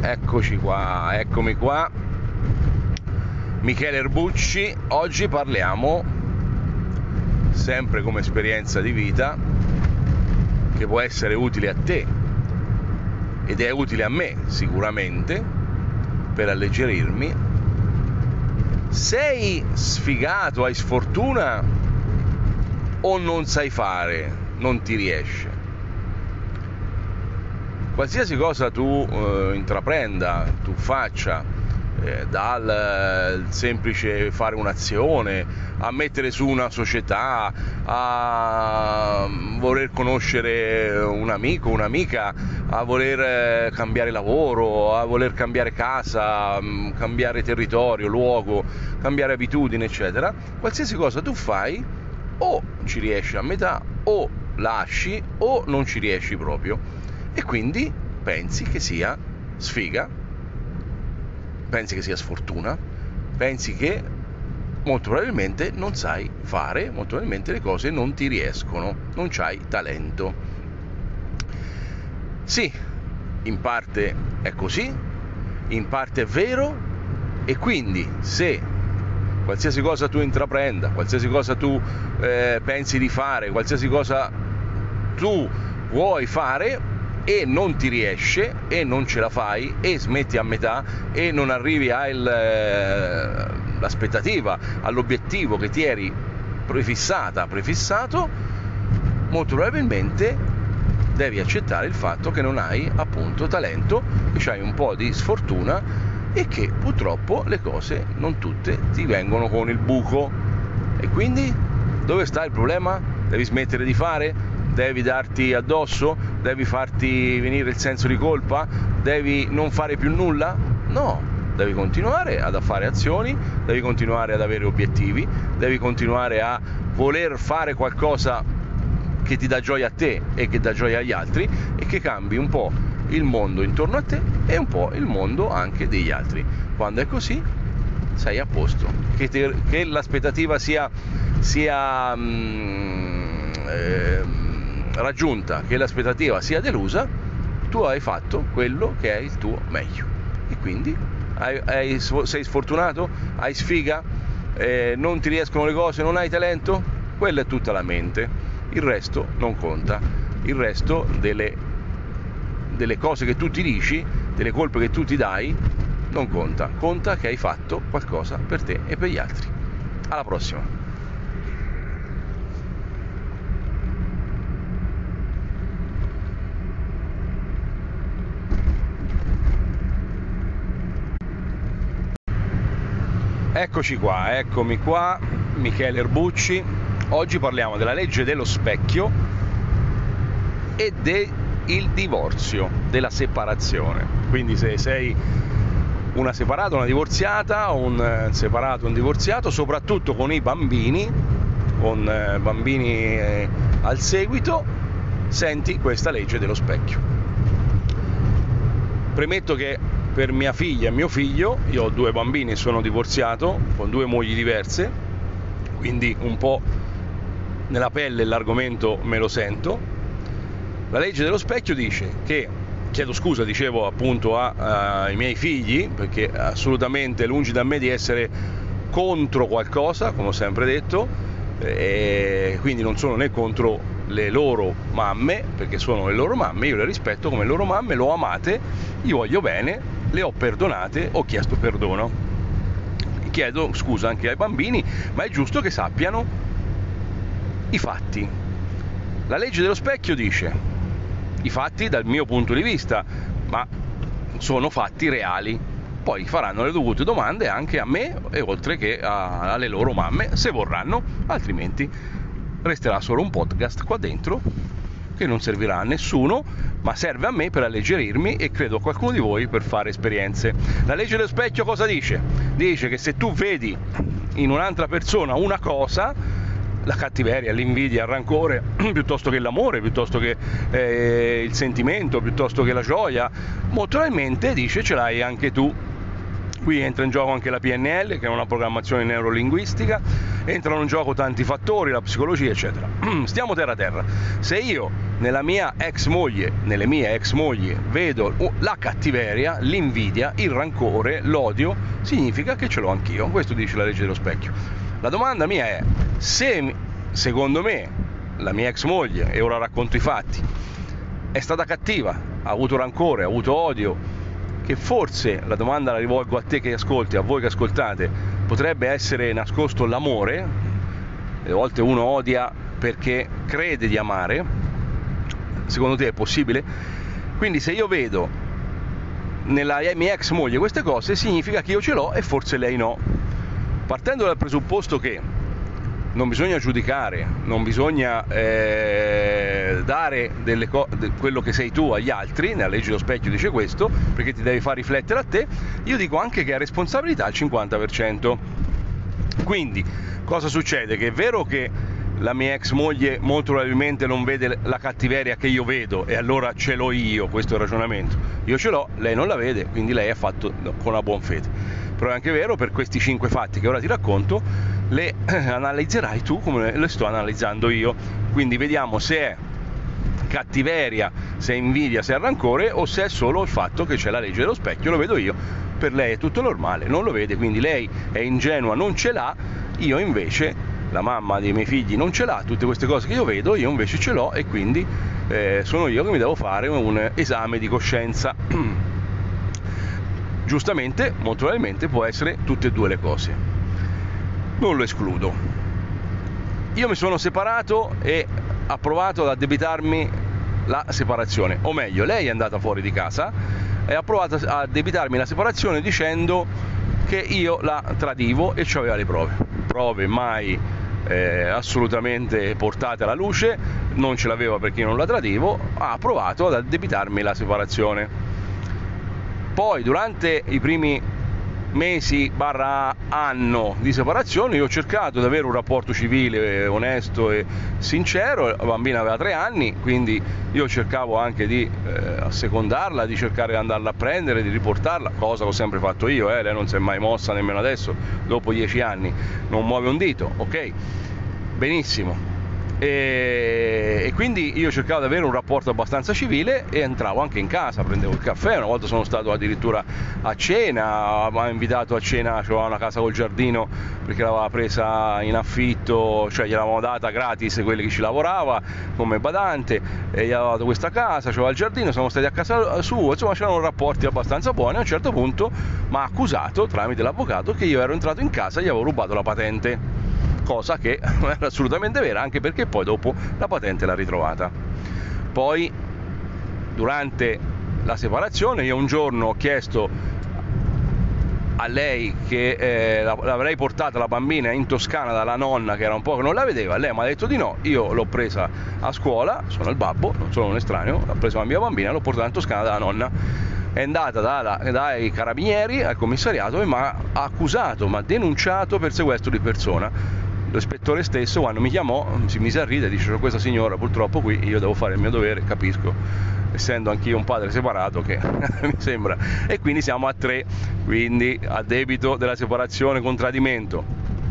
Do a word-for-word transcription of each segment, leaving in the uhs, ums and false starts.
Eccoci qua, eccomi qua, Michele Erbucci. Oggi parliamo, sempre come esperienza di vita, che può essere utile a te ed è utile a me sicuramente per alleggerirmi. Sei sfigato, hai sfortuna o non sai fare, non ti riesce? Qualsiasi cosa tu eh, intraprenda, tu faccia, eh, dal semplice fare un'azione, a mettere su una società, a voler conoscere un amico, un'amica, a voler eh, cambiare lavoro, a voler cambiare casa, mh, cambiare territorio, luogo, cambiare abitudini, eccetera. Qualsiasi cosa tu fai, o ci riesci a metà, o lasci, o non ci riesci proprio. E quindi pensi che sia sfiga, pensi che sia sfortuna, pensi che molto probabilmente non sai fare, molto probabilmente le cose non ti riescono, non c'hai talento. Sì, in parte è così, in parte è vero, e quindi se qualsiasi cosa tu intraprenda, qualsiasi cosa tu eh, pensi di fare, qualsiasi cosa tu vuoi fare e non ti riesce e non ce la fai e smetti a metà e non arrivi all'aspettativa, all'obiettivo che ti eri prefissata, prefissato, molto probabilmente devi accettare il fatto che non hai appunto talento, che hai un po' di sfortuna e che purtroppo le cose non tutte ti vengono con il buco. E quindi dove sta il problema? Devi smettere di fare? Devi darti addosso? Devi farti venire il senso di colpa? Devi non fare più nulla? No, devi continuare ad fare azioni, devi continuare ad avere obiettivi, devi continuare a voler fare qualcosa che ti dà gioia a te e che dà gioia agli altri e che cambi un po' il mondo intorno a te e un po' il mondo anche degli altri. Quando è così sei a posto. Che, te, che l'aspettativa sia, sia mm, eh, raggiunta, che l'aspettativa sia delusa, tu hai fatto quello che è il tuo meglio e quindi hai, hai, sei sfortunato, hai sfiga, eh, non ti riescono le cose, non hai talento, quella è tutta la mente, il resto non conta, il resto delle, delle cose che tu ti dici, delle colpe che tu ti dai non conta, conta che hai fatto qualcosa per te e per gli altri. Alla prossima. Eccoci qua, eccomi qua, Michele Erbucci. Oggi parliamo della legge dello specchio e del divorzio, della separazione. Quindi se sei una separata, una divorziata, un separato, un divorziato, soprattutto con i bambini, con bambini eh, al seguito, senti questa legge dello specchio. Premetto che per mia figlia e mio figlio, io ho due bambini e sono divorziato con due mogli diverse, quindi un po' nella pelle l'argomento me lo sento. La legge dello specchio dice che, chiedo scusa, dicevo appunto a, a, ai miei figli, perché assolutamente lungi da me di essere contro qualcosa, come ho sempre detto, e quindi non sono né contro le loro mamme, perché sono le loro mamme, io le rispetto come loro mamme, lo amate, io voglio bene, le ho perdonate, ho chiesto perdono, chiedo scusa anche ai bambini, ma è giusto che sappiano i fatti. La legge dello specchio dice i fatti dal mio punto di vista, ma sono fatti reali, poi faranno le dovute domande anche a me e oltre che a, alle loro mamme se vorranno, altrimenti resterà solo un podcast qua dentro che non servirà a nessuno, ma serve a me per alleggerirmi e credo a qualcuno di voi per fare esperienze. La legge dello specchio cosa dice? Dice che se tu vedi in un'altra persona una cosa, la cattiveria, l'invidia, il rancore, piuttosto che l'amore, piuttosto che eh, il sentimento, piuttosto che la gioia, molto probabilmente dice ce l'hai anche tu Qui entra in gioco anche la P N L, che è una programmazione neurolinguistica, entrano in gioco tanti fattori, la psicologia, eccetera. Stiamo terra a terra. Se io nella mia ex moglie, nelle mie ex mogli, vedo la cattiveria, l'invidia, il rancore, l'odio, significa che ce l'ho anch'io. Questo dice la legge dello specchio. La domanda mia è: se secondo me la mia ex moglie, e ora racconto i fatti, è stata cattiva, ha avuto rancore, ha avuto odio, che forse, la domanda la rivolgo a te che ascolti, a voi che ascoltate, potrebbe essere nascosto l'amore. A volte uno odia perché crede di amare. Secondo te è possibile? Quindi se io vedo nella mia ex moglie queste cose, significa che io ce l'ho e forse lei no. Partendo dal presupposto che non bisogna giudicare, non bisogna eh, dare delle co- de- quello che sei tu agli altri, nella legge dello specchio dice questo, perché ti devi far riflettere a te, io dico anche che è responsabilità al cinquanta per cento. Quindi cosa succede? Che è vero che la mia ex moglie molto probabilmente non vede la cattiveria che io vedo e allora ce l'ho io, questo è il ragionamento. Io ce l'ho, lei non la vede, quindi lei ha fatto con la buon fede. Però è anche vero, per questi cinque fatti che ora ti racconto, le analizzerai tu come le sto analizzando io. Quindi vediamo se è cattiveria, se è invidia, se è rancore, o se è solo il fatto che c'è la legge dello specchio, lo vedo io, per lei è tutto normale, non lo vede, quindi lei è ingenua, non ce l'ha, io invece, la mamma dei miei figli non ce l'ha, tutte queste cose che io vedo, io invece ce l'ho, e quindi eh, sono io che mi devo fare un esame di coscienza. Giustamente, molto probabilmente può essere tutte e due le cose, non lo escludo. Io mi sono separato e ha provato ad addebitarmi la separazione, o meglio, lei è andata fuori di casa e ha provato a addebitarmi la separazione dicendo che io la tradivo e c'aveva le prove. Prove mai eh, assolutamente portate alla luce, non ce l'aveva perché io non la tradivo, ha provato ad addebitarmi la separazione. Poi durante i primi mesi barra anno di separazione io ho cercato di avere un rapporto civile onesto e sincero. La bambina aveva tre anni, quindi io cercavo anche di eh, assecondarla, di cercare di andarla a prendere, di riportarla, cosa che ho sempre fatto io, eh. Lei non si è mai mossa nemmeno adesso, dopo dieci anni non muove un dito, ok? Benissimo. E, e quindi io cercavo di avere un rapporto abbastanza civile e entravo anche in casa, prendevo il caffè, una volta sono stato addirittura a cena, mi ha invitato a cena, c'era una casa col giardino perché l'aveva presa in affitto, cioè gliel'avevamo data gratis quelli che ci lavorava come badante, e gli aveva dato questa casa, c'era il giardino, siamo stati a casa sua, insomma c'erano rapporti abbastanza buoni. A un certo punto mi ha accusato tramite l'avvocato che io ero entrato in casa e gli avevo rubato la patente, cosa che non era assolutamente vera, anche perché poi dopo la patente l'ha ritrovata. Poi durante la separazione io un giorno ho chiesto a lei che eh, l'avrei portata la bambina in Toscana dalla nonna, che era un po' che non la vedeva, lei mi ha detto di no, io l'ho presa a scuola, sono il babbo, non sono un estraneo, ho preso la mia bambina, l'ho portata in Toscana dalla nonna, è andata dalla, dai carabinieri al commissariato e mi ha accusato, mi ha denunciato per sequestro di persona. L'ispettore stesso, quando mi chiamò, si mise a ridere e dice: questa signora purtroppo qui io devo fare il mio dovere, capisco, essendo anch'io un padre separato, che mi sembra, e quindi siamo a tre, quindi a debito della separazione con tradimento,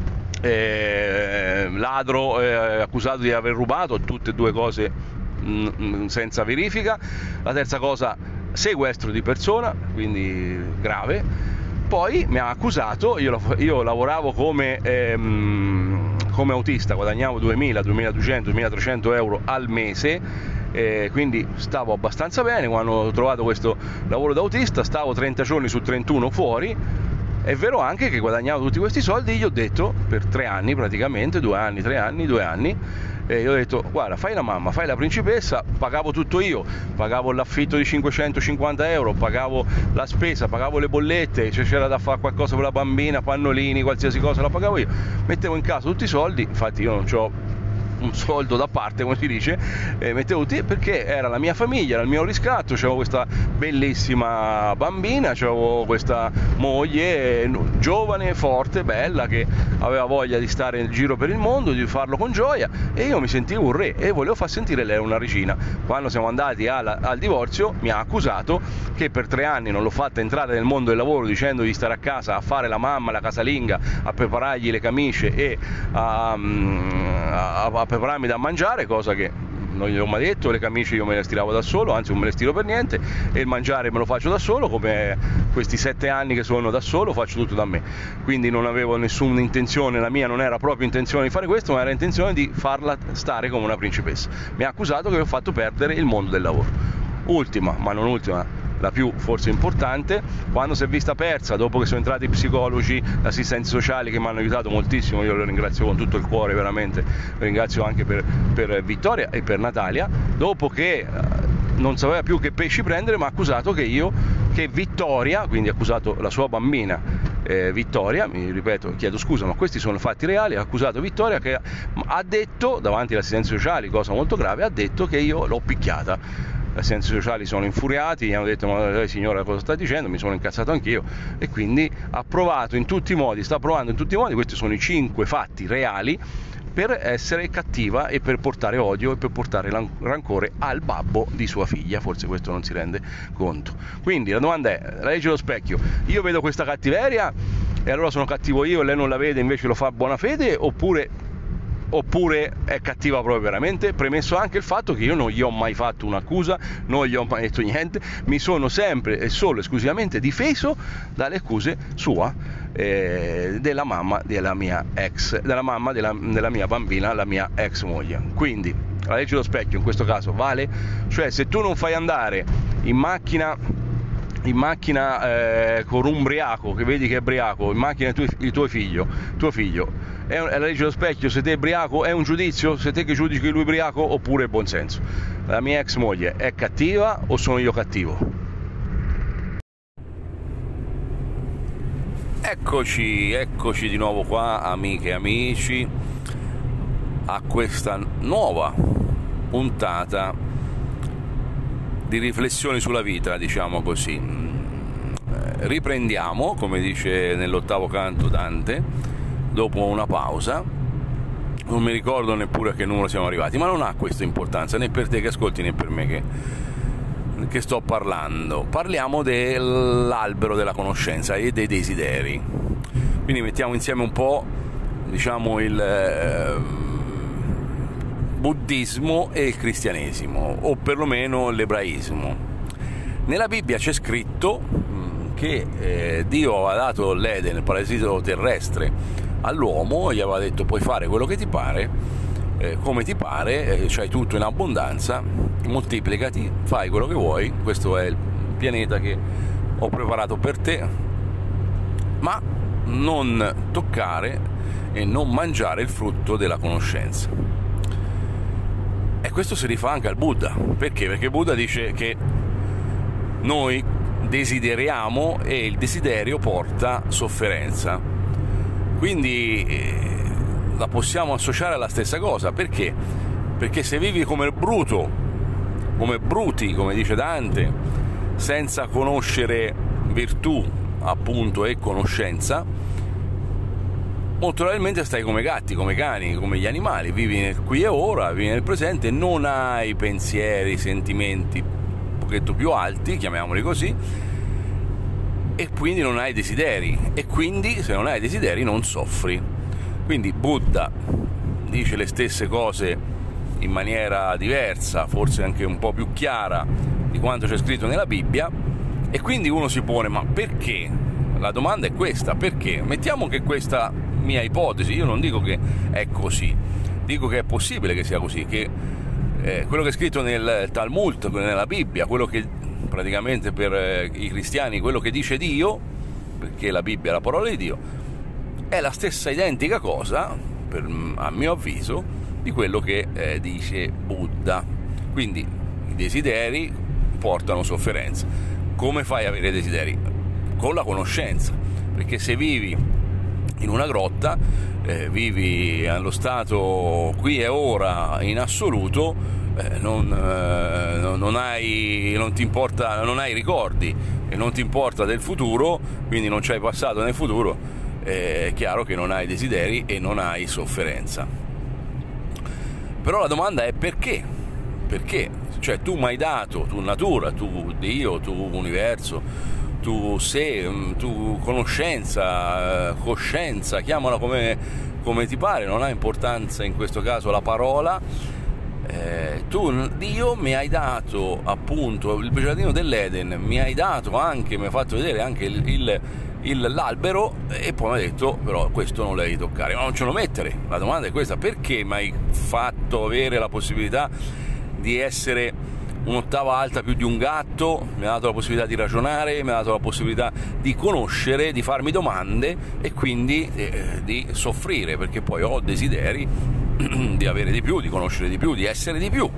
eh, ladro eh, accusato di aver rubato, tutte e due cose mh, senza verifica. La terza cosa, sequestro di persona, quindi grave. Poi mi ha accusato, io, io lavoravo come, ehm, come autista, guadagnavo duemila, duemiladuecento, duemilatrecento euro al mese, eh, quindi stavo abbastanza bene. Quando ho trovato questo lavoro d'autista stavo trenta giorni su trentuno fuori. È vero anche che guadagnavo tutti questi soldi, gli ho detto, per tre anni praticamente, due anni, tre anni, due anni, e io ho detto: guarda, fai la mamma, fai la principessa, pagavo tutto io, pagavo l'affitto di cinquecentocinquanta euro, pagavo la spesa, pagavo le bollette, se c'era da fare qualcosa per la bambina, pannolini, qualsiasi cosa la pagavo io, mettevo in casa tutti i soldi. Infatti io non c'ho un soldo da parte, come si dice, eh, mettevo tutti, perché era la mia famiglia, era il mio riscatto, c'avevo questa bellissima bambina, c'avevo questa moglie giovane, forte, bella, che aveva voglia di stare in giro per il mondo, di farlo con gioia, e io mi sentivo un re e volevo far sentire lei una regina. Quando siamo andati al, al divorzio mi ha accusato che per tre anni non l'ho fatta entrare nel mondo del lavoro dicendo di stare a casa a fare la mamma, la casalinga, a preparargli le camicie e a, a, a prepararmi da mangiare, cosa che non gli ho mai detto. Le camicie io me le stiravo da solo, anzi non me le stiro per niente, e il mangiare me lo faccio da solo, come questi sette anni che sono da solo faccio tutto da me, quindi non avevo nessuna intenzione, la mia non era proprio intenzione di fare questo, ma era intenzione di farla stare come una principessa. Mi ha accusato che ho fatto perdere il mondo del lavoro. Ultima, ma non ultima, la più forse importante, quando si è vista persa, dopo che sono entrati i psicologi, gli assistenti sociali che mi hanno aiutato moltissimo, io lo ringrazio con tutto il cuore, veramente, lo ringrazio anche per, per Vittoria e per Natalia, dopo che non sapeva più che pesci prendere, mi ha accusato che io, che Vittoria, quindi ha accusato la sua bambina eh, Vittoria, mi ripeto, chiedo scusa, ma questi sono fatti reali, ha accusato Vittoria che ha detto, davanti agli assistenti sociali, cosa molto grave, ha detto che io l'ho picchiata. Gli assistenti sociali sono infuriati, gli hanno detto: ma signora, cosa sta dicendo? Mi sono incazzato anch'io, e quindi ha provato in tutti i modi, sta provando in tutti i modi, questi sono i cinque fatti reali, per essere cattiva e per portare odio e per portare rancore al babbo di sua figlia. Forse questo non si rende conto. Quindi la domanda è, la legge dello specchio: io vedo questa cattiveria e allora sono cattivo io e lei non la vede, invece lo fa a buona fede, oppure oppure è cattiva proprio veramente? Premesso anche il fatto che io non gli ho mai fatto un'accusa, non gli ho mai detto niente, mi sono sempre e solo esclusivamente difeso dalle accuse sua, eh, della mamma della mia ex, della mamma della, della mia bambina, la mia ex moglie. Quindi la legge dello specchio in questo caso vale, cioè se tu non fai andare in macchina in macchina eh, con un ubriaco, che vedi che è ubriaco, in macchina tu, il tuo figlio, tuo figlio, è, è la legge dello specchio, se te è ubriaco è un giudizio, se te che giudici che lui è ubriaco, oppure è buon senso? La mia ex moglie è cattiva o sono io cattivo? Eccoci, eccoci di nuovo qua, amiche e amici, a questa nuova puntata di riflessioni sulla vita, diciamo così. Riprendiamo, come dice nell'ottavo canto Dante, dopo una pausa. Non mi ricordo neppure a che numero siamo arrivati, ma non ha questa importanza, né per te che ascolti né per me che, che sto parlando. Parliamo dell'albero della conoscenza e dei desideri. Quindi mettiamo insieme un po', diciamo, il eh, buddismo e il cristianesimo, o perlomeno l'ebraismo. Nella Bibbia c'è scritto che eh, Dio aveva dato l'Eden, il paradiso terrestre, all'uomo, e gli aveva detto: puoi fare quello che ti pare, eh, come ti pare, eh, c'hai tutto in abbondanza, moltiplicati, fai quello che vuoi, questo è il pianeta che ho preparato per te, ma non toccare e non mangiare il frutto della conoscenza. E questo si rifà anche al Buddha. Perché? Perché Buddha dice che noi desideriamo e il desiderio porta sofferenza. Quindi eh, la possiamo associare alla stessa cosa. Perché? Perché se vivi come bruto, come bruti, come dice Dante, senza conoscere virtù, appunto, e conoscenza, molto probabilmente stai come gatti, come cani, come gli animali, vivi nel qui e ora, vivi nel presente, non hai pensieri, sentimenti un pochetto più alti, chiamiamoli così, e quindi non hai desideri, e quindi se non hai desideri non soffri. Quindi Buddha dice le stesse cose in maniera diversa, forse anche un po' più chiara di quanto c'è scritto nella Bibbia, e quindi uno si pone: ma perché? La domanda è questa: perché? Mettiamo che questa mia ipotesi, io non dico che è così, dico che è possibile che sia così, che eh, quello che è scritto nel Talmud, nella Bibbia, quello che praticamente per eh, i cristiani, quello che dice Dio, perché la Bibbia è la parola di Dio, è la stessa identica cosa, per, a mio avviso, di quello che eh, dice Buddha. Quindi i desideri portano sofferenza. Come fai ad avere desideri? Con la conoscenza, perché se vivi in una grotta, eh, vivi allo stato qui e ora in assoluto, eh, non, eh, non hai non ti importa, non hai ricordi e non ti importa del futuro, quindi non c'hai passato nel futuro, eh, è chiaro che non hai desideri e non hai sofferenza. Però la domanda è perché? Perché? Cioè tu mi hai dato, tu natura, tu Dio, tu universo, tu sé, tu conoscenza, coscienza, chiamala come, come ti pare, non ha importanza in questo caso la parola. Eh, tu, Dio, mi hai dato appunto il giardino dell'Eden, mi hai dato anche, mi hai fatto vedere anche il, il, il, l'albero, e poi mi hai detto però questo non lo devi toccare, ma non ce lo mettere. La domanda è questa: perché mi hai fatto avere la possibilità di essere un'ottava alta più di un gatto, mi ha dato la possibilità di ragionare, mi ha dato la possibilità di conoscere, di farmi domande e quindi eh, di soffrire, perché poi ho desideri di avere di più, di conoscere di più, di essere di più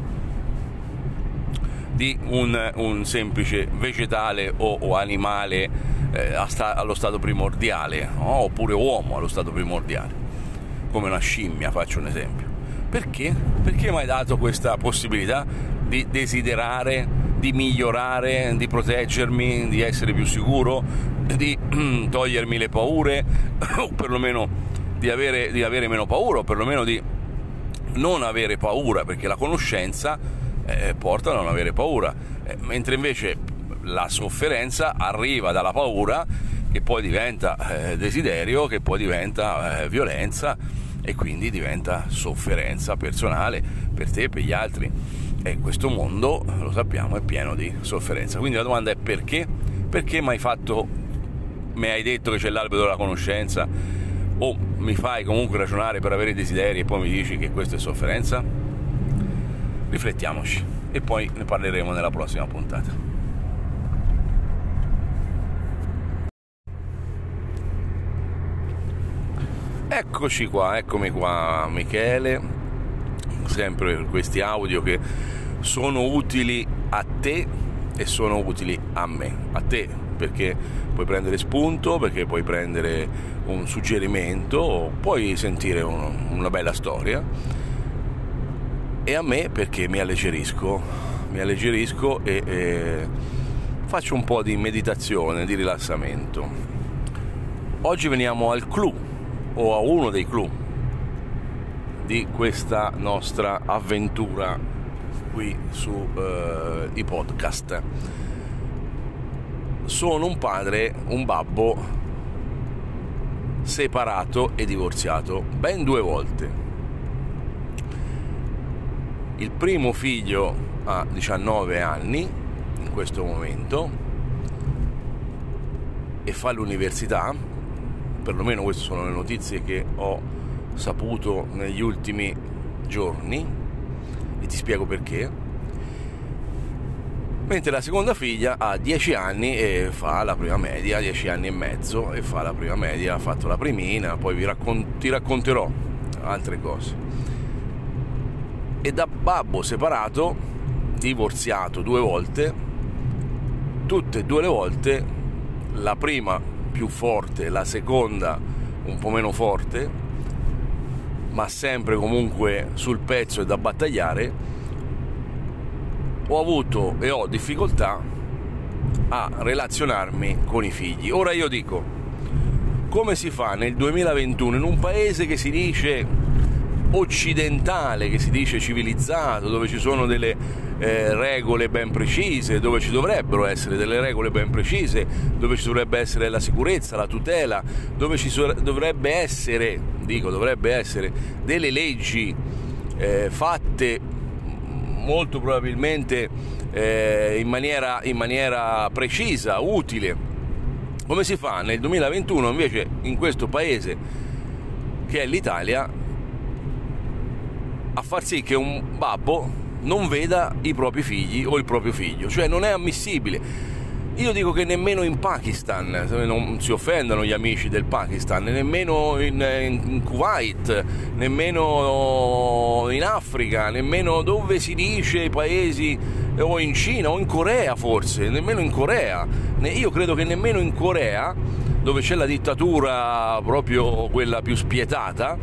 di un, un semplice vegetale o, o animale eh, allo stato primordiale, no? Oppure uomo allo stato primordiale, come una scimmia, faccio un esempio. Perché? Perché mi hai dato questa possibilità di desiderare, di migliorare, di proteggermi, di essere più sicuro, di togliermi le paure, o perlomeno di avere, di avere meno paura, o perlomeno di non avere paura, perché la conoscenza eh, porta a non avere paura, eh, mentre invece la sofferenza arriva dalla paura, che poi diventa eh, desiderio, che poi diventa eh, violenza, e quindi diventa sofferenza personale per te e per gli altri. E questo mondo, lo sappiamo, è pieno di sofferenza. Quindi la domanda è perché? Perché mi hai fatto, mi hai detto che c'è l'albero della conoscenza, o mi fai comunque ragionare per avere desideri e poi mi dici che questa è sofferenza? Riflettiamoci e poi ne parleremo nella prossima puntata. Eccoci qua, eccomi qua Michele, sempre per questi audio che sono utili a te e sono utili a me. A te perché puoi prendere spunto, perché puoi prendere un suggerimento, puoi sentire un, una bella storia, e a me perché mi alleggerisco, mi alleggerisco e, e faccio un po' di meditazione, di rilassamento. Oggi veniamo al clou, o a uno dei clou di questa nostra avventura qui su eh, i podcast. Sono un padre, un babbo separato e divorziato ben due volte. Il primo figlio ha diciannove anni in questo momento e fa l'università. Perlomeno queste sono le notizie che ho saputo negli ultimi giorni, e ti spiego perché. Mentre la seconda figlia ha dieci anni e fa la prima media, dieci anni e mezzo, e fa la prima media, ha fatto la primina, poi vi raccon- ti racconterò altre cose. E da babbo separato, divorziato due volte, tutte e due le volte, la prima più forte, la seconda un po' meno forte, ma sempre comunque sul pezzo e da battagliare, ho avuto e ho difficoltà a relazionarmi con i figli. Ora io dico, come si fa nel duemilaventuno in un paese che si dice occidentale, che si dice civilizzato, dove ci sono delle eh, regole ben precise, dove ci dovrebbero essere delle regole ben precise, dove ci dovrebbe essere la sicurezza, la tutela, dove ci so- dovrebbe essere, dico dovrebbe essere, delle leggi eh, fatte molto probabilmente eh, in maniera, in maniera precisa, utile. Come si fa nel duemilaventuno invece in questo paese che è l'Italia a far sì che un babbo non veda i propri figli o il proprio figlio? Cioè non è ammissibile. Io dico che nemmeno in Pakistan, non si offendano gli amici del Pakistan, nemmeno in, in Kuwait, nemmeno in Africa, nemmeno dove si dice i paesi, o in Cina o in Corea forse, nemmeno in Corea. Io credo che nemmeno in Corea dove c'è la dittatura proprio quella più spietata,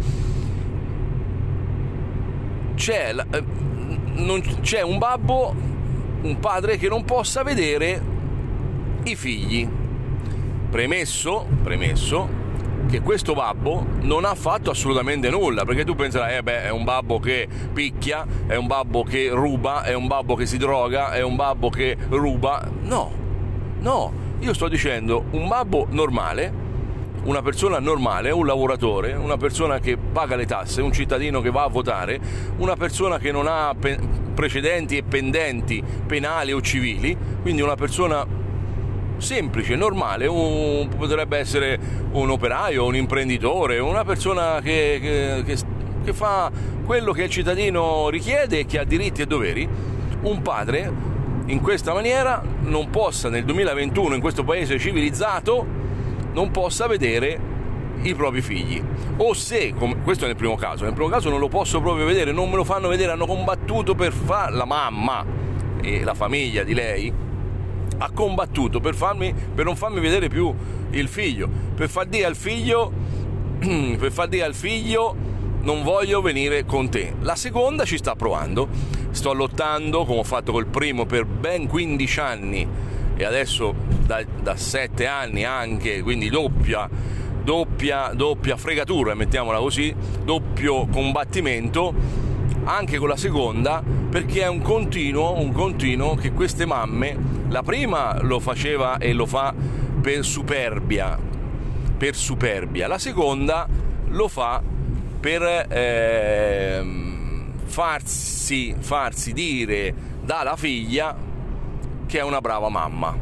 c'è, la, eh, non, c'è un babbo, un padre che non possa vedere i figli. Premesso, premesso che questo babbo non ha fatto assolutamente nulla, perché tu penserai, eh beh, è un babbo che picchia, è un babbo che ruba, è un babbo che si droga, è un babbo che ruba. No, no, io sto dicendo un babbo normale, una persona normale, un lavoratore, una persona che paga le tasse, un cittadino che va a votare, una persona che non ha pe- precedenti e pendenti penali o civili, quindi una persona semplice, normale, un, potrebbe essere un operaio, un imprenditore, una persona che, che, che, che fa quello che il cittadino richiede e che ha diritti e doveri. Un padre in questa maniera non possa nel duemilaventuno, in questo paese civilizzato, non possa vedere i propri figli, o se, come, questo è nel primo caso, nel primo caso non lo posso proprio vedere, non me lo fanno vedere, hanno combattuto per far, la mamma e la famiglia di lei ha combattuto per farmi, per non farmi vedere più il figlio, per far dire al figlio per far dire al figlio non voglio venire con te. La seconda ci sta provando, sto lottando come ho fatto col primo per ben quindici anni e adesso da, da sette anni anche, quindi doppia doppia doppia fregatura, mettiamola così, doppio combattimento anche con la seconda, perché è un continuo, un continuo che queste mamme, la prima lo faceva e lo fa per superbia, per superbia, la seconda lo fa per eh, farsi, farsi dire dalla figlia che è una brava mamma.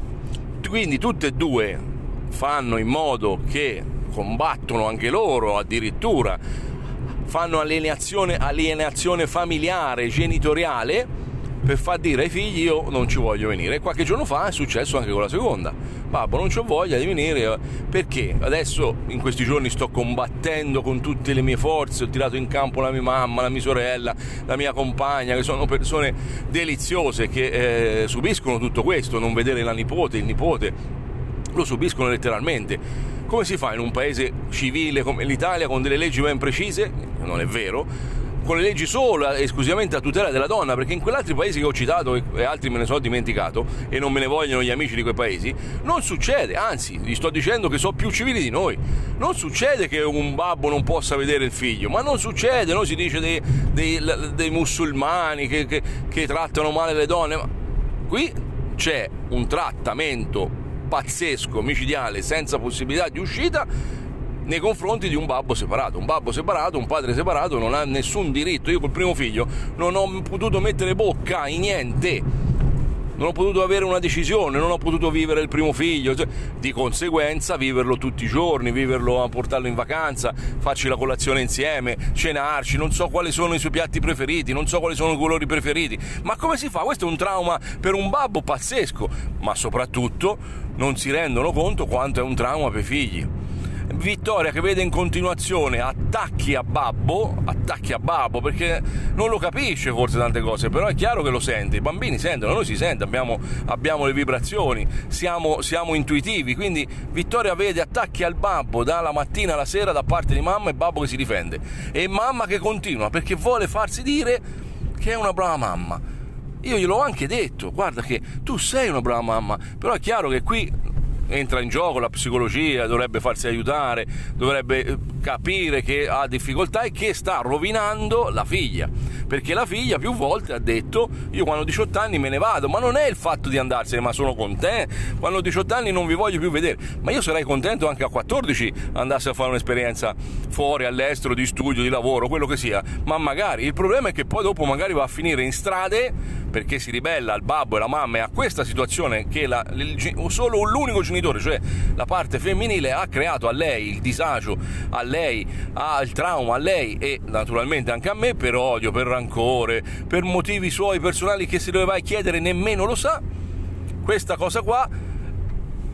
Quindi tutte e due fanno in modo che combattono anche loro, addirittura fanno alienazione, alienazione familiare, genitoriale, per far dire ai figli io non ci voglio venire. E qualche giorno fa è successo anche con la seconda. Babbo, non c'ho voglia di venire, perché adesso in questi giorni sto combattendo con tutte le mie forze, ho tirato in campo la mia mamma, la mia sorella, la mia compagna, che sono persone deliziose che eh, subiscono tutto questo, non vedere la nipote, il nipote, lo subiscono letteralmente. Come si fa in un paese civile come l'Italia, con delle leggi ben precise? Non è vero, con le leggi solo e esclusivamente a tutela della donna, perché in quegli altri paesi che ho citato e altri me ne sono dimenticato e non me ne vogliono gli amici di quei paesi, non succede, anzi gli sto dicendo che sono più civili di noi. Non succede che un babbo non possa vedere il figlio, ma non succede, no? Si dice dei, dei, dei musulmani che, che, che trattano male le donne, ma qui c'è un trattamento pazzesco, micidiale, senza possibilità di uscita nei confronti di un babbo separato. Un babbo separato, un padre separato non ha nessun diritto. Io col primo figlio non ho potuto mettere bocca in niente, non ho potuto avere una decisione, non ho potuto vivere il primo figlio, di conseguenza viverlo tutti i giorni, viverlo, portarlo in vacanza, farci la colazione insieme, cenarci, non so quali sono i suoi piatti preferiti, non so quali sono i colori preferiti. Ma come si fa? Questo è un trauma per un babbo pazzesco, ma soprattutto non si rendono conto quanto è un trauma per i figli. Vittoria che vede in continuazione attacchi a babbo, attacchi a babbo, perché non lo capisce forse tante cose, però è chiaro che lo sente, i bambini sentono, noi si sente, abbiamo, abbiamo le vibrazioni, siamo, siamo intuitivi, quindi Vittoria vede attacchi al babbo dalla mattina alla sera da parte di mamma e babbo che si difende, e mamma che continua perché vuole farsi dire che è una brava mamma. Io gliel'ho anche detto, guarda che tu sei una brava mamma, però è chiaro che qui entra in gioco la psicologia, dovrebbe farsi aiutare, dovrebbe capire che ha difficoltà e che sta rovinando la figlia, perché la figlia più volte ha detto io quando ho diciotto anni me ne vado, ma non è il fatto di andarsene, ma sono con te, quando ho diciotto anni non vi voglio più vedere. Ma io sarei contento anche a quattordici andasse a fare un'esperienza fuori, all'estero, di studio, di lavoro, quello che sia, ma magari il problema è che poi dopo magari va a finire in strade perché si ribella al babbo e alla mamma e a questa situazione che la, il, solo l'unico genitore, cioè la parte femminile, ha creato a lei il disagio, a lei, ha il trauma a lei e naturalmente anche a me, per odio, per rancore, per motivi suoi personali che se lo vai a chiedere nemmeno lo sa. Questa cosa qua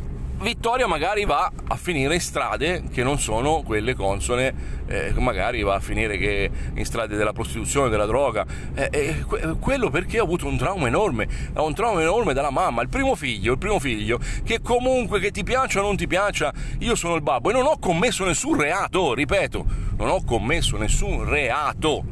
Vittoria magari va a finire in strade che non sono quelle consone, eh, magari va a finire che in strade della prostituzione, della droga, eh, eh, que- quello perché ha avuto un trauma enorme, ha un trauma enorme dalla mamma, il primo figlio, il primo figlio, che comunque che ti piaccia o non ti piaccia, io sono il babbo e non ho commesso nessun reato, ripeto, non ho commesso nessun reato.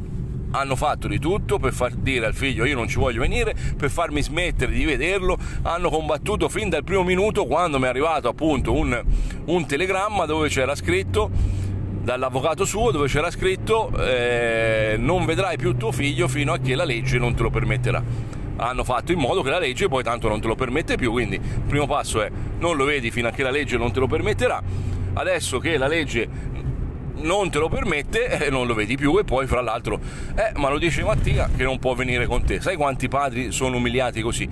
Hanno fatto di tutto per far dire al figlio io non ci voglio venire, per farmi smettere di vederlo, hanno combattuto fin dal primo minuto quando mi è arrivato appunto un, un telegramma dove c'era scritto, dall'avvocato suo, dove c'era scritto eh, non vedrai più tuo figlio fino a che la legge non te lo permetterà. Hanno fatto in modo che la legge poi tanto non te lo permette più, quindi il primo passo è non lo vedi fino a che la legge non te lo permetterà. Adesso che la legge non te lo permette, eh, non lo vedi più, e poi fra l'altro eh, ma lo dice Mattia che non può venire con te. Sai quanti padri sono umiliati così?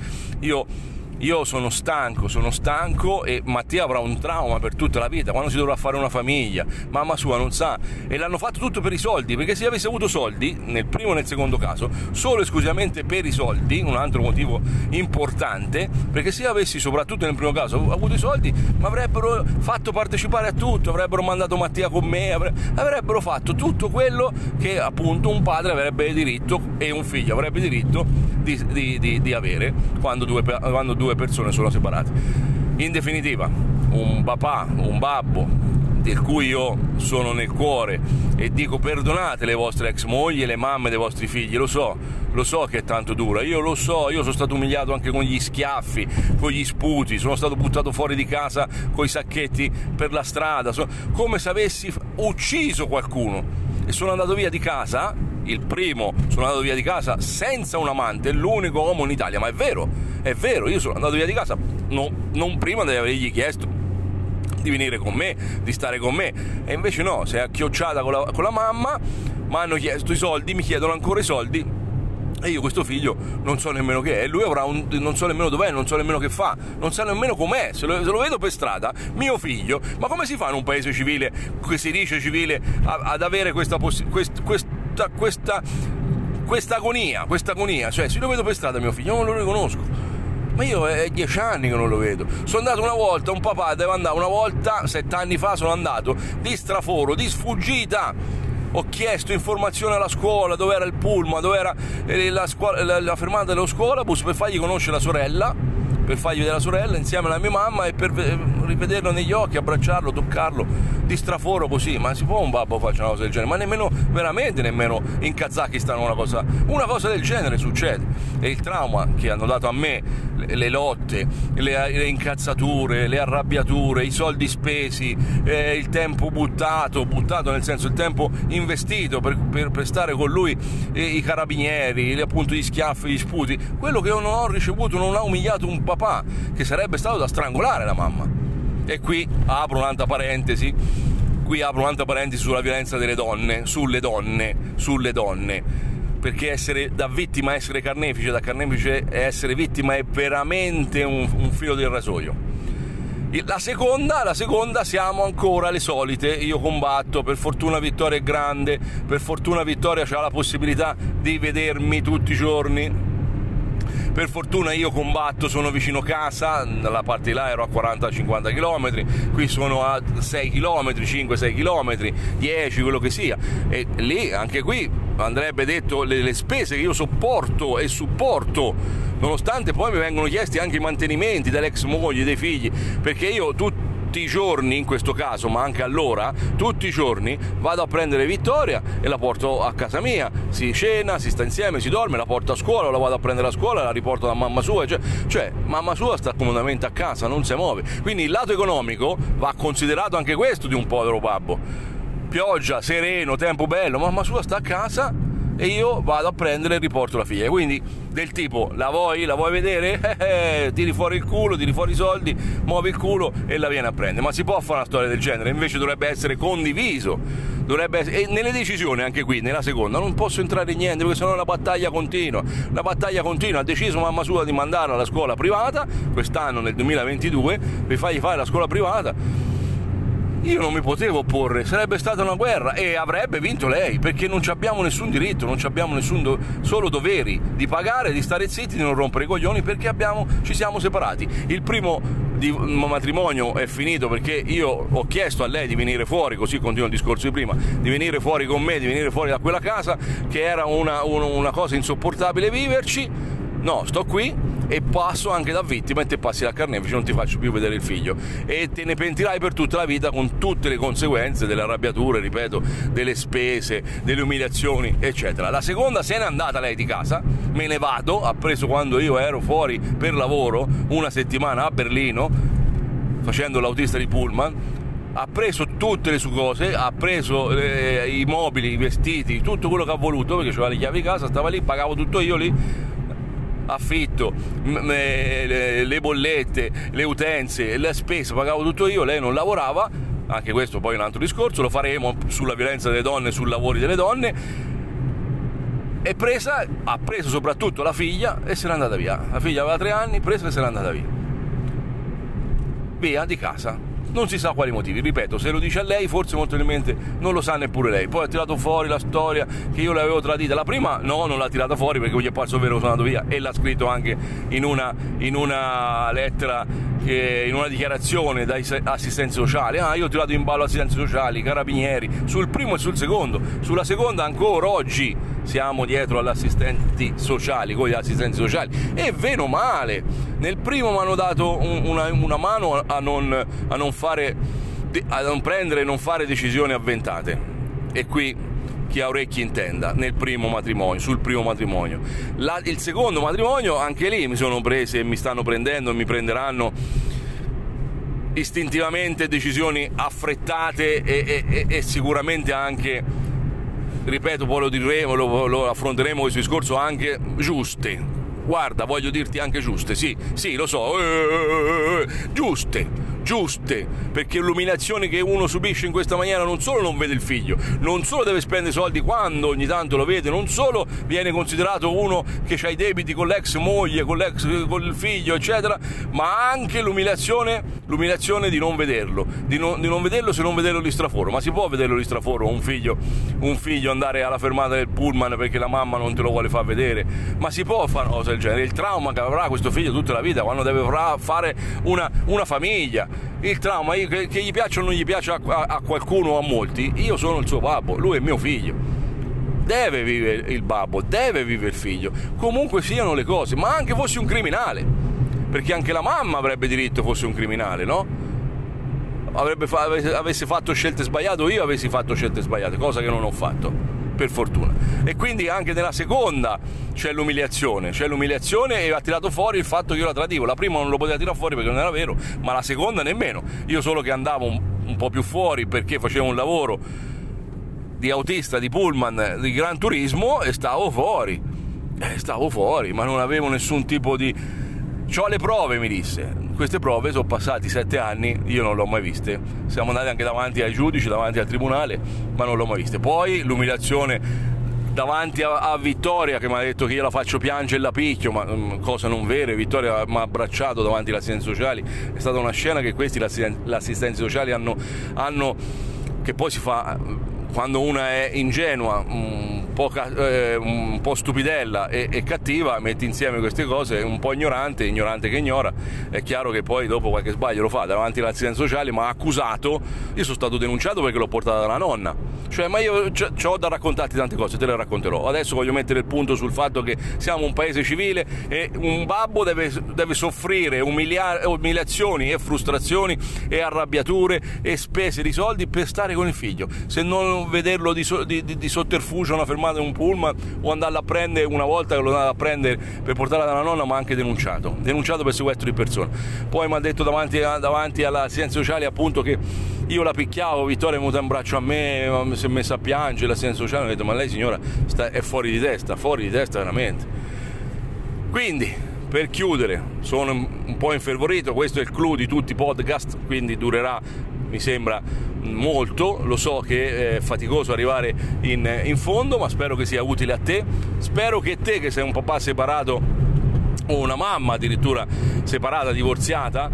Io Io sono stanco, sono stanco e Mattia avrà un trauma per tutta la vita, quando si dovrà fare una famiglia, mamma sua non sa, e l'hanno fatto tutto per i soldi, perché se avesse avuto soldi, nel primo e nel secondo caso, solo esclusivamente per i soldi, un altro motivo importante, perché se avessi soprattutto nel primo caso avuto i soldi, mi avrebbero fatto partecipare a tutto, avrebbero mandato Mattia con me, avrebbero fatto tutto quello che appunto un padre avrebbe diritto e un figlio avrebbe diritto di, di, di, di avere quando due, quando due persone sono separate. In definitiva, un papà, un babbo del cui io sono nel cuore e dico perdonate le vostre ex mogli e le mamme dei vostri figli, lo so, lo so che è tanto dura, io lo so, io sono stato umiliato anche con gli schiaffi, con gli sputi, sono stato buttato fuori di casa con i sacchetti per la strada, come se avessi ucciso qualcuno, e sono andato via di casa, il primo sono andato via di casa senza un amante, l'unico uomo in Italia, ma è vero, è vero, io sono andato via di casa no, non prima di avergli chiesto di venire con me, di stare con me, e invece no, si è acchiocciata con la, con la mamma, mi hanno chiesto i soldi, mi chiedono ancora i soldi, e io questo figlio non so nemmeno che è, lui avrà un, non so nemmeno dov'è, non so nemmeno che fa, non so nemmeno com'è, se lo, se lo vedo per strada, mio figlio, ma come si fa in un paese civile, che si dice civile, a, ad avere questa possibilità, quest, questa, questa, questa agonia, questa agonia, cioè se lo vedo per strada mio figlio non lo riconosco. Ma io è dieci anni che non lo vedo. Sono andato una volta, un papà deve andare una volta, sette anni fa sono andato di straforo, di sfuggita. Ho chiesto informazioni alla scuola, dove era il pullman, dove era la, scuola, la, la fermata dello scuolabus, per fargli conoscere la sorella, per fargli vedere la sorella insieme alla mia mamma e per rivederlo negli occhi, abbracciarlo, toccarlo, di straforo così. Ma si può un babbo fare una cosa del genere? Ma nemmeno, veramente nemmeno in Kazakistan una cosa, una cosa del genere succede. E il trauma che hanno dato a me, le, le lotte, le, le incazzature, le arrabbiature, i soldi spesi, eh, il tempo buttato, buttato nel senso il tempo investito per, per, per stare con lui, eh, i carabinieri, appunto gli schiaffi, gli sputi, quello che io non ho ricevuto, non ha umiliato un papà, che sarebbe stato da strangolare la mamma. E qui apro un'altra parentesi, qui apro un'altra parentesi sulla violenza delle donne, sulle donne, sulle donne, perché essere da vittima, essere carnefice, da carnefice essere vittima è veramente un, un filo del rasoio. La seconda, la seconda siamo ancora le solite, io combatto, per fortuna Vittoria è grande, per fortuna Vittoria ha la possibilità di vedermi tutti i giorni, per fortuna io combatto, sono vicino casa, dalla parte di là ero a quaranta cinquanta chilometri, qui sono a sei chilometri, cinque sei chilometri, dieci, quello che sia, e lì, anche qui, andrebbe detto le, le spese che io sopporto e supporto, nonostante poi mi vengono chiesti anche i mantenimenti dall'ex moglie, dei figli, perché io tutti i giorni, in questo caso, ma anche allora, tutti i giorni vado a prendere Vittoria e la porto a casa mia, si cena, si sta insieme, si dorme, la porto a scuola, la vado a prendere a scuola, la riporto da mamma sua, cioè, cioè mamma sua sta comodamente a casa, non si muove, quindi il lato economico va considerato anche questo di un povero babbo. Pioggia, sereno, tempo bello, mamma sua sta a casa e io vado a prendere e riporto la figlia, quindi del tipo la vuoi, la vuoi vedere? Eh, eh, tiri fuori il culo, tiri fuori i soldi, muovi il culo e la viene a prendere. Ma si può fare una storia del genere? Invece dovrebbe essere condiviso, dovrebbe essere... e nelle decisioni anche qui, nella seconda, non posso entrare in niente perché sennò la battaglia continua, la battaglia continua. Ha deciso mamma sua di mandarla alla scuola privata quest'anno nel duemilaventidue per fargli fare la scuola privata. Io non mi potevo opporre, sarebbe stata una guerra e avrebbe vinto lei, perché non abbiamo nessun diritto, non abbiamo nessun do- solo doveri di pagare, di stare zitti, di non rompere i coglioni, perché abbiamo, ci siamo separati. Il primo di matrimonio è finito perché io ho chiesto a lei di venire fuori, così continua il discorso di prima, di venire fuori con me, di venire fuori da quella casa, che era una, una, una cosa insopportabile viverci. No, sto qui e passo anche da vittima e te passi da carnefice, non ti faccio più vedere il figlio e te ne pentirai per tutta la vita, con tutte le conseguenze delle arrabbiature, ripeto, delle spese, delle umiliazioni, eccetera. La seconda se n'è andata lei di casa, me ne vado, ha preso, quando io ero fuori per lavoro una settimana a Berlino facendo l'autista di Pullman, ha preso tutte le sue cose, ha preso eh, i mobili, i vestiti, tutto quello che ha voluto, perché aveva le chiavi di casa, stava lì, pagavo tutto io lì, affitto, le bollette, le utenze, le spese, pagavo tutto io, lei non lavorava, anche questo poi è un altro discorso, lo faremo sulla violenza delle donne, sui lavori delle donne, e presa, ha preso soprattutto la figlia e se n'è andata via, la figlia aveva tre anni, presa e se n'è andata via, via di casa. Non si sa quali motivi, ripeto, se lo dice a lei forse molto probabilmente non lo sa neppure lei. Poi ha tirato fuori la storia che io l'avevo tradita, la prima no, non l'ha tirata fuori perché gli è parso vero che sono andato via, e l'ha scritto anche in una, in una lettera, che, in una dichiarazione da assistenza sociale. Ah, io ho tirato in ballo assistenze sociali, carabinieri, sul primo e sul secondo. Sulla seconda ancora oggi siamo dietro agli assistenti sociali, con gli assistenti sociali, e bene o male, nel primo mi hanno dato un, una, una mano a non, a non fare, a non prendere e non fare decisioni avventate, e qui chi ha orecchi intenda, nel primo matrimonio, sul primo matrimonio. La, il secondo matrimonio, anche lì mi sono prese e mi stanno prendendo e mi prenderanno istintivamente decisioni affrettate e, e, e sicuramente anche, ripeto, poi lo diremo, lo, lo affronteremo questo discorso, anche giuste. Guarda, voglio dirti anche giuste, sì, sì, lo so, eh, giuste, giuste, perché l'umiliazione che uno subisce in questa maniera non solo non vede il figlio, non solo deve spendere soldi quando ogni tanto lo vede, non solo viene considerato uno che ha i debiti con l'ex moglie, con l'ex, con il figlio, eccetera, ma anche l'umiliazione, l'umiliazione di non vederlo, di non, di non vederlo se non vederlo di straforo. Ma si può vederlo di straforo un figlio, un figlio andare alla fermata del pullman perché la mamma non te lo vuole far vedere? Ma si può fare una cosa del genere? Il trauma che avrà questo figlio tutta la vita quando deve fare una, una famiglia, il trauma, che, che gli piaccia o non gli piaccia a, a, a qualcuno o a molti, io sono il suo babbo, lui è mio figlio, deve vivere il babbo, deve vivere il figlio, comunque siano le cose, ma anche fossi un criminale, perché anche la mamma avrebbe diritto fosse un criminale, no? Avrebbe fa, avessi fatto scelte sbagliate o io avessi fatto scelte sbagliate, cosa che non ho fatto, per fortuna. E quindi anche nella seconda c'è l'umiliazione, c'è l'umiliazione e ha tirato fuori il fatto che io la tradivo. La prima non lo poteva tirare fuori perché non era vero, ma la seconda nemmeno. Io solo che andavo un, un po' più fuori perché facevo un lavoro di autista, di pullman, di gran turismo, e stavo fuori, eh, stavo fuori, ma non avevo nessun tipo di... C'ho le prove, mi disse. Queste prove sono passati sette anni, io non le ho mai viste. Siamo andati anche davanti ai giudici, davanti al tribunale, ma non le ho mai viste. Poi l'umiliazione davanti a, a Vittoria, che mi ha detto che io la faccio piangere e la picchio, ma um, cosa non vera. Vittoria mi ha abbracciato davanti agli assistenti sociali. È stata una scena che questi, gli assistenti sociali, hanno, hanno che poi si fa... Quando una è ingenua, un po', eh, un po' stupidella e, e cattiva, metti insieme queste cose, un po' ignorante, ignorante che ignora, è chiaro che poi dopo qualche sbaglio lo fa davanti all'assistenza sociale. Ma ha accusato, io sono stato denunciato perché l'ho portata dalla nonna, cioè, ma io ho da raccontarti tante cose, te le racconterò. Adesso voglio mettere il punto sul fatto che siamo un paese civile e un babbo deve, deve soffrire umilia- umiliazioni e frustrazioni e arrabbiature e spese di soldi per stare con il figlio, se non vederlo di, so, di, di, di sotterfugio a una fermata in un pullman, o andarla a prendere una volta che lo andava a prendere per portarla dalla nonna, ma anche denunciato denunciato per sequestro di persona. Poi mi ha detto davanti, davanti all'assistenza sociale appunto che io la picchiavo, Vittoria è venuta in braccio a me, si è messa a piangere, l'assistenza sociale mi ha detto ma lei signora sta, è fuori di testa, fuori di testa veramente. Quindi per chiudere, sono un po' infervorito, questo è il clou di tutti i podcast, quindi durerà, mi sembra, molto. Lo so che è faticoso arrivare in, in fondo, ma spero che sia utile a te. Spero che te, che sei un papà separato o una mamma addirittura separata, divorziata,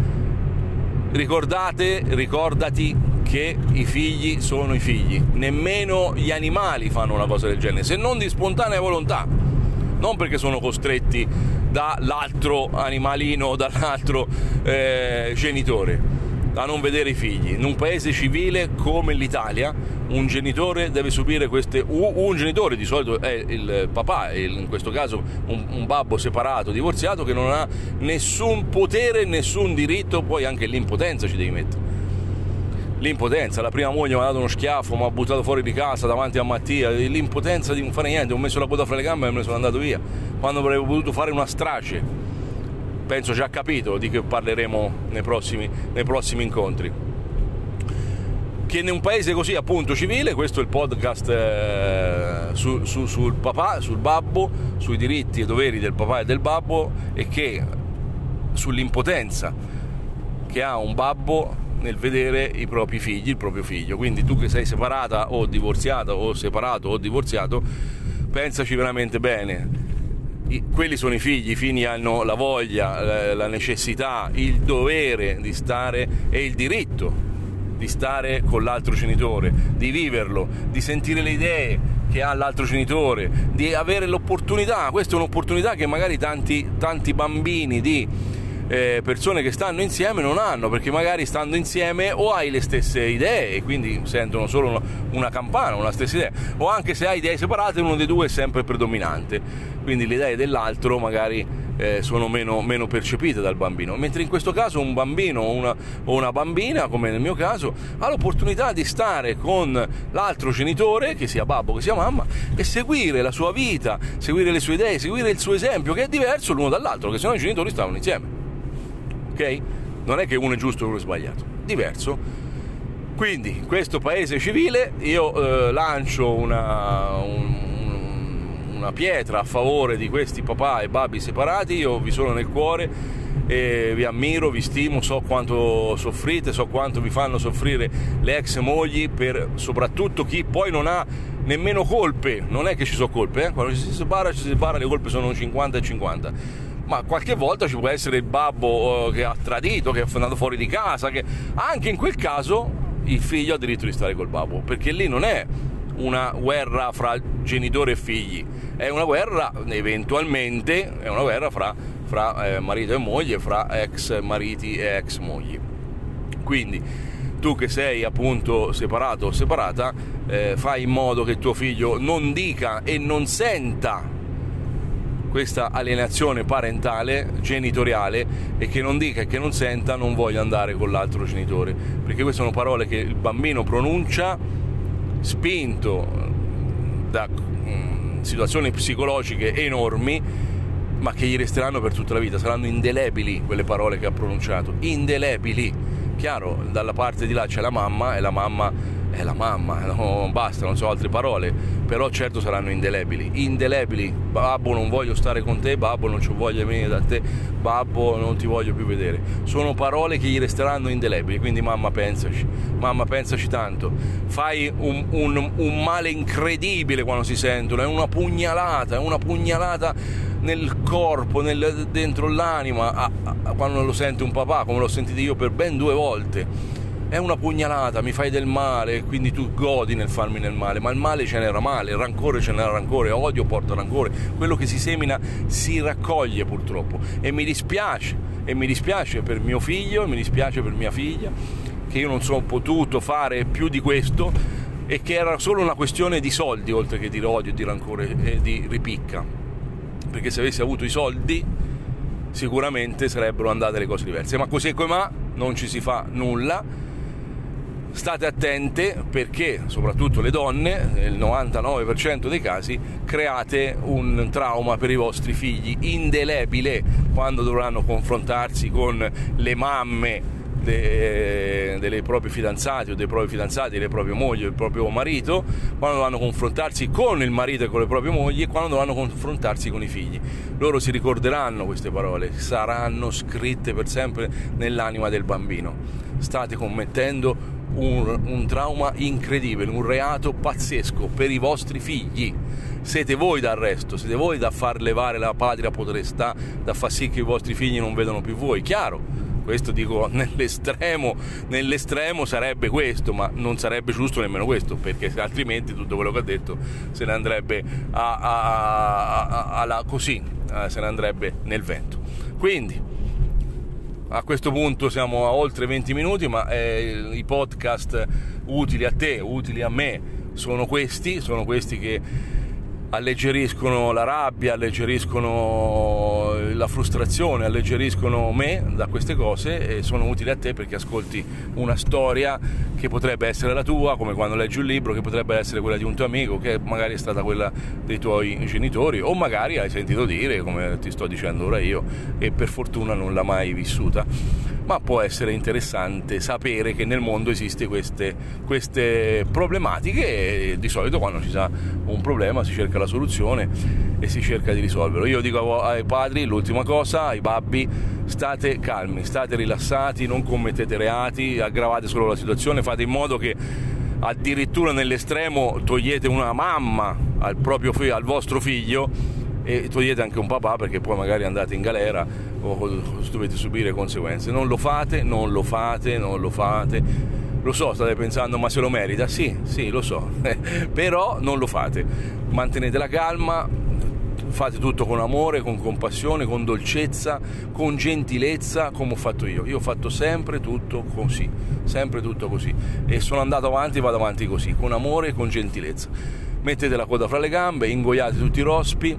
ricordate, ricordati che i figli sono i figli. Nemmeno gli animali fanno una cosa del genere, se non di spontanea volontà, non perché sono costretti dall'altro animalino, dall'altro eh, genitore, a non vedere i figli. In un paese civile come l'Italia un genitore deve subire queste, un genitore di solito è il papà, in questo caso un, un babbo separato, divorziato, che non ha nessun potere, nessun diritto. Poi anche l'impotenza ci devi mettere, l'impotenza. La prima moglie mi ha dato uno schiaffo, mi ha buttato fuori di casa davanti a Mattia, l'impotenza di non fare niente, ho messo la coda fra le gambe e me ne sono andato via, quando avrei potuto fare una strage. Penso già capito di che parleremo nei prossimi, nei prossimi incontri. Che in un paese così appunto civile, questo è il podcast eh, su, su, sul papà, sul babbo, sui diritti e doveri del papà e del babbo, e che sull'impotenza che ha un babbo nel vedere i propri figli, il proprio figlio. Quindi tu che sei separata o divorziata o separato o divorziato, pensaci veramente bene. I, quelli sono i figli, i figli hanno la voglia, la necessità, il dovere di stare e il diritto di stare con l'altro genitore, di viverlo, di sentire le idee che ha l'altro genitore, di avere l'opportunità. Questa è un'opportunità che magari tanti, tanti bambini di eh, persone che stanno insieme non hanno, perché magari stando insieme o hai le stesse idee e quindi sentono solo una, una campana, una stessa idea, o anche se hai idee separate uno dei due è sempre predominante, quindi le idee dell'altro magari Eh, sono meno, meno percepite dal bambino, mentre in questo caso un bambino o una, o una bambina, come nel mio caso, ha l'opportunità di stare con l'altro genitore, che sia babbo che sia mamma, e seguire la sua vita, seguire le sue idee, seguire il suo esempio, che è diverso l'uno dall'altro, che se no i genitori stavano insieme, ok? Non è che uno è giusto e uno è sbagliato, diverso. Quindi in questo paese civile io eh, lancio una un, una pietra a favore di questi papà e babbi separati. Io vi sono nel cuore e vi ammiro, vi stimo, so quanto soffrite, so quanto vi fanno soffrire le ex mogli, per soprattutto chi poi non ha nemmeno colpe. Non è che ci sono colpe, eh? Quando ci si separa, ci si separa, le colpe sono cinquanta e cinquanta, ma qualche volta ci può essere il babbo che ha tradito, che è andato fuori di casa, che anche in quel caso il figlio ha diritto di stare col babbo, perché lì non è una guerra fra genitore e figli, è una guerra eventualmente, è una guerra fra, fra eh, marito e moglie, fra ex mariti e ex mogli. Quindi tu che sei appunto separato o separata, eh, fai in modo che tuo figlio non dica e non senta questa alienazione parentale, genitoriale, e che non dica e che non senta non voglio andare con l'altro genitore, perché queste sono parole che il bambino pronuncia spinto da mh, situazioni psicologiche enormi, ma che gli resteranno per tutta la vita. Saranno indelebili quelle parole che ha pronunciato, indelebili. Chiaro, dalla parte di là c'è la mamma, e la mamma è la mamma, no, basta, non so altre parole, però certo saranno indelebili, indelebili. Babbo, non voglio stare con te, babbo, non ci voglio venire da te, babbo, non ti voglio più vedere. Sono parole che gli resteranno indelebili, quindi mamma pensaci, mamma pensaci tanto. Fai un, un, un male incredibile quando si sentono, è una pugnalata, è una pugnalata nel corpo, nel, dentro l'anima, a, a, quando lo sente un papà, come l'ho sentito io per ben due volte. È una pugnalata, mi fai del male, quindi tu godi nel farmi del male, ma il male ce n'era male, il rancore ce n'era rancore, odio porta rancore, quello che si semina si raccoglie purtroppo, e mi dispiace, e mi dispiace per mio figlio, e mi dispiace per mia figlia, che io non sono potuto fare più di questo, e che era solo una questione di soldi, oltre che di odio, di rancore e di ripicca, perché se avessi avuto i soldi sicuramente sarebbero andate le cose diverse, ma così come ma non ci si fa nulla. State attente, perché soprattutto le donne, nel novantanove per cento dei casi, create un trauma per i vostri figli indelebile quando dovranno confrontarsi con le mamme de, delle proprie fidanzate o dei propri fidanzati, delle proprie mogli o del proprio marito, quando dovranno confrontarsi con il marito e con le proprie mogli, e quando dovranno confrontarsi con i figli. Loro si ricorderanno queste parole, saranno scritte per sempre nell'anima del bambino. State commettendo Un, un trauma incredibile, un reato pazzesco per i vostri figli. Siete voi d'arresto, siete voi da far levare la patria potestà, da far sì che i vostri figli non vedano più voi. Chiaro, questo dico nell'estremo, nell'estremo sarebbe questo, ma non sarebbe giusto nemmeno questo, perché altrimenti tutto quello che ha detto se ne andrebbe a, a, a, a, alla, così eh, se ne andrebbe nel vento. Quindi a questo punto siamo a oltre venti minuti, ma eh, i podcast utili a te, utili a me sono questi, sono questi che alleggeriscono la rabbia, alleggeriscono la frustrazione, alleggeriscono me da queste cose, e sono utili a te perché ascolti una storia che potrebbe essere la tua, come quando leggi un libro, che potrebbe essere quella di un tuo amico, che magari è stata quella dei tuoi genitori, o magari hai sentito dire, come ti sto dicendo ora io, e per fortuna non l'ha mai vissuta. Ma può essere interessante sapere che nel mondo esiste queste, queste problematiche, e di solito quando ci sa un problema si cerca la soluzione e si cerca di risolverlo. Io dico ai padri l'ultima cosa, ai babbi: state calmi, state rilassati, non commettete reati, aggravate solo la situazione, fate in modo che addirittura nell'estremo togliete una mamma al proprio figlio, al vostro figlio, e togliete anche un papà, perché poi magari andate in galera o dovete subire conseguenze. Non lo fate, non lo fate, non lo fate. Lo so, state pensando, ma se lo merita? Sì, sì, lo so, però non lo fate. Mantenete la calma, fate tutto con amore, con compassione, con dolcezza, con gentilezza, come ho fatto io. Io ho fatto sempre tutto così, sempre tutto così, e sono andato avanti e vado avanti così, con amore e con gentilezza. Mettete la coda fra le gambe, ingoiate tutti i rospi.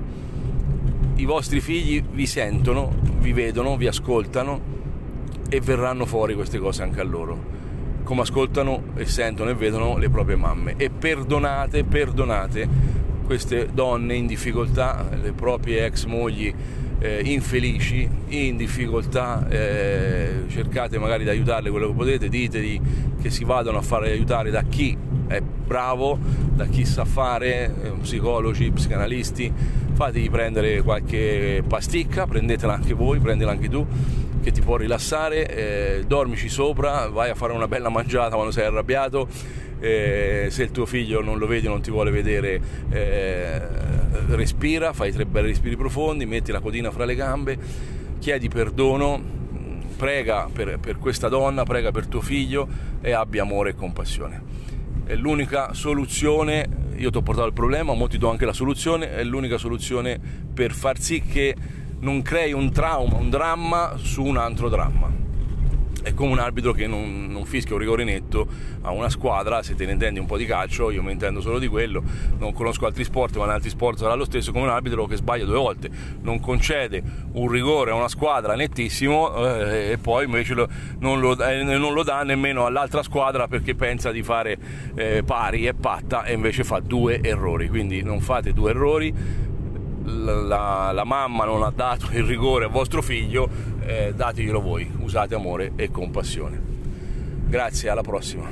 I vostri figli vi sentono, vi vedono, vi ascoltano, e verranno fuori queste cose anche a loro, come ascoltano e sentono e vedono le proprie mamme. E perdonate, perdonate queste donne in difficoltà, le proprie ex mogli eh, infelici, in difficoltà, eh, cercate magari di aiutarle quello che potete, ditegli che si vadano a fare aiutare da chi è bravo, da chi sa fare, eh, psicologi, psicanalisti. Fategli prendere qualche pasticca, prendetela anche voi, prendila anche tu, che ti può rilassare, eh, dormici sopra, vai a fare una bella mangiata quando sei arrabbiato, eh, se il tuo figlio non lo vedi, non ti vuole vedere, eh, respira, fai tre belli respiri profondi, metti la codina fra le gambe, chiedi perdono, prega per, per questa donna, prega per tuo figlio, e abbi amore e compassione. È l'unica soluzione. Io ti ho portato il problema, mo ti do anche la soluzione. È l'unica soluzione per far sì che non crei un trauma, un dramma su un altro dramma. È come un arbitro che non, non fischia un rigore netto a una squadra. Se te ne intendi un po' di calcio, io mi intendo solo di quello, non conosco altri sport, ma in altri sport sarà lo stesso, come un arbitro che sbaglia due volte, non concede un rigore a una squadra nettissimo, eh, e poi invece lo, non, lo, eh, non lo dà nemmeno all'altra squadra perché pensa di fare eh, pari e patta, e invece fa due errori. Quindi non fate due errori. La, la, la mamma non ha dato il rigore a vostro figlio, eh, dateglielo voi, usate amore e compassione. Grazie, alla prossima.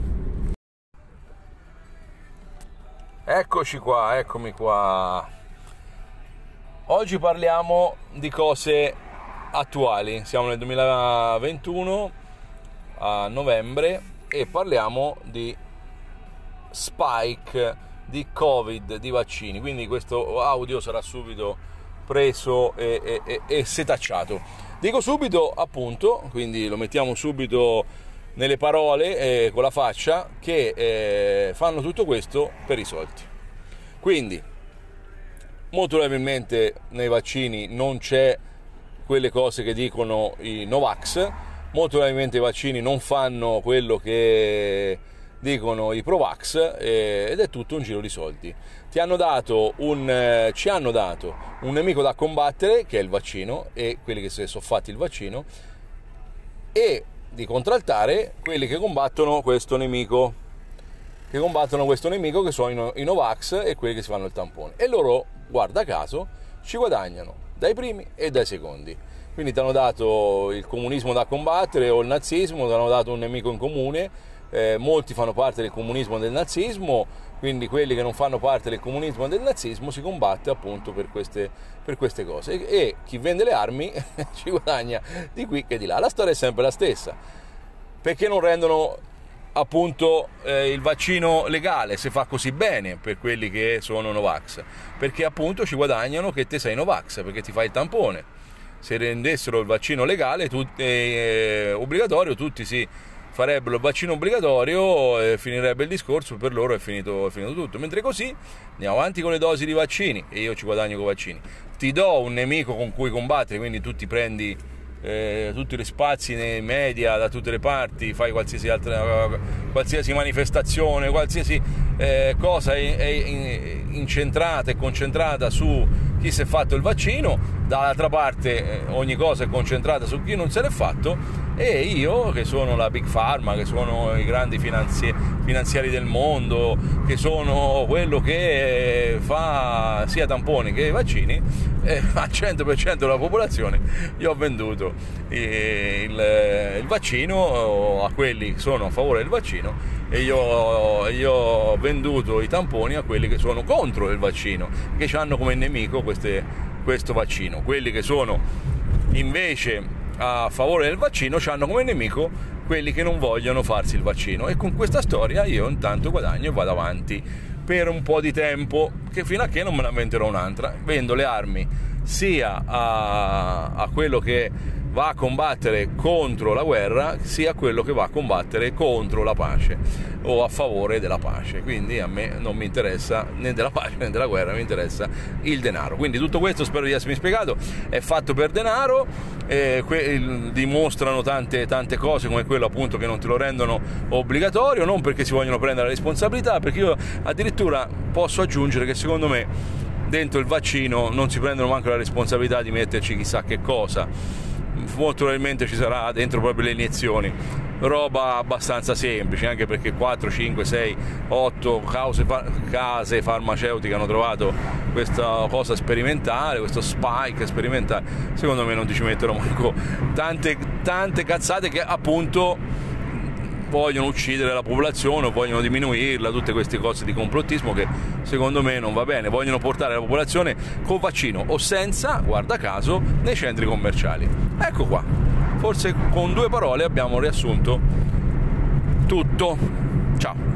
Eccoci qua, eccomi qua. Oggi parliamo di cose attuali. Siamo nel duemilaventuno, a novembre, e parliamo di spike di Covid, di vaccini. Quindi questo audio sarà subito preso e, e, e, e setacciato. Dico subito, appunto, quindi lo mettiamo subito nelle parole, eh, con la faccia, che eh, fanno tutto questo per i soldi. Quindi molto probabilmente nei vaccini non c'è quelle cose che dicono i Novax, molto probabilmente i vaccini non fanno quello che dicono i Provax, eh, ed è tutto un giro di soldi. Ti hanno dato un, eh, ci hanno dato un nemico da combattere, che è il vaccino, e quelli che si sono fatti il vaccino, e di contraltare quelli che combattono questo nemico, che combattono questo nemico che sono i Novax e quelli che si fanno il tampone. E loro, guarda caso, ci guadagnano dai primi e dai secondi. Quindi ti hanno dato il comunismo da combattere o il nazismo, ti hanno dato un nemico in comune. Eh, molti fanno parte del comunismo e del nazismo, quindi quelli che non fanno parte del comunismo e del nazismo si combatte appunto per queste, per queste cose, e, e chi vende le armi ci guadagna di qui che di là. La storia è sempre la stessa. Perché non rendono appunto eh, il vaccino legale, se fa così bene per quelli che sono Novax? Perché appunto ci guadagnano che te sei Novax, perché ti fai il tampone. Se rendessero il vaccino legale, tut- eh, obbligatorio, tutti si farebbero il vaccino obbligatorio e finirebbe il discorso, per loro è finito, è finito tutto. Mentre così andiamo avanti con le dosi di vaccini e io ci guadagno con i vaccini. Ti do un nemico con cui combattere, quindi tu ti prendi eh, tutti gli spazi nei media da tutte le parti, fai qualsiasi altra qualsiasi manifestazione, qualsiasi eh, cosa è, è incentrata e concentrata su chi si è fatto il vaccino, dall'altra parte eh, ogni cosa è concentrata su chi non se l'è fatto, e io che sono la Big Pharma, che sono i grandi finanzi- finanziari del mondo, che sono quello che fa sia tamponi che vaccini, eh, al cento per cento della popolazione io ho venduto il, il, il vaccino a quelli che sono a favore del vaccino, e io, io ho venduto i tamponi a quelli che sono contro il vaccino, che hanno come nemico queste, questo vaccino. Quelli che sono invece a favore del vaccino hanno come nemico quelli che non vogliono farsi il vaccino, e con questa storia io intanto guadagno e vado avanti per un po' di tempo, che fino a che non me ne inventerò un'altra. Vendo le armi sia a, a quello che va a combattere contro la guerra, sia a quello che va a combattere contro la pace o a favore della pace. Quindi a me non mi interessa né della pace né della guerra, mi interessa il denaro. Quindi tutto questo, spero di essermi spiegato, è fatto per denaro. Eh, que- dimostrano tante, tante cose, come quello appunto che non te lo rendono obbligatorio, non perché si vogliono prendere la responsabilità, perché io addirittura posso aggiungere che secondo me dentro il vaccino non si prendono manco la responsabilità di metterci chissà che cosa. Molto probabilmente ci sarà dentro proprio le iniezioni, roba abbastanza semplice, anche perché quattro, cinque, sei, otto case, case farmaceutiche hanno trovato questa cosa sperimentale, questo spike sperimentale. Secondo me non ti ci mettono manco tante, tante cazzate che appunto vogliono uccidere la popolazione o vogliono diminuirla, tutte queste cose di complottismo che secondo me non va bene. Vogliono portare la popolazione con vaccino o senza, guarda caso, nei centri commerciali. Ecco qua, forse con due parole abbiamo riassunto tutto. Ciao.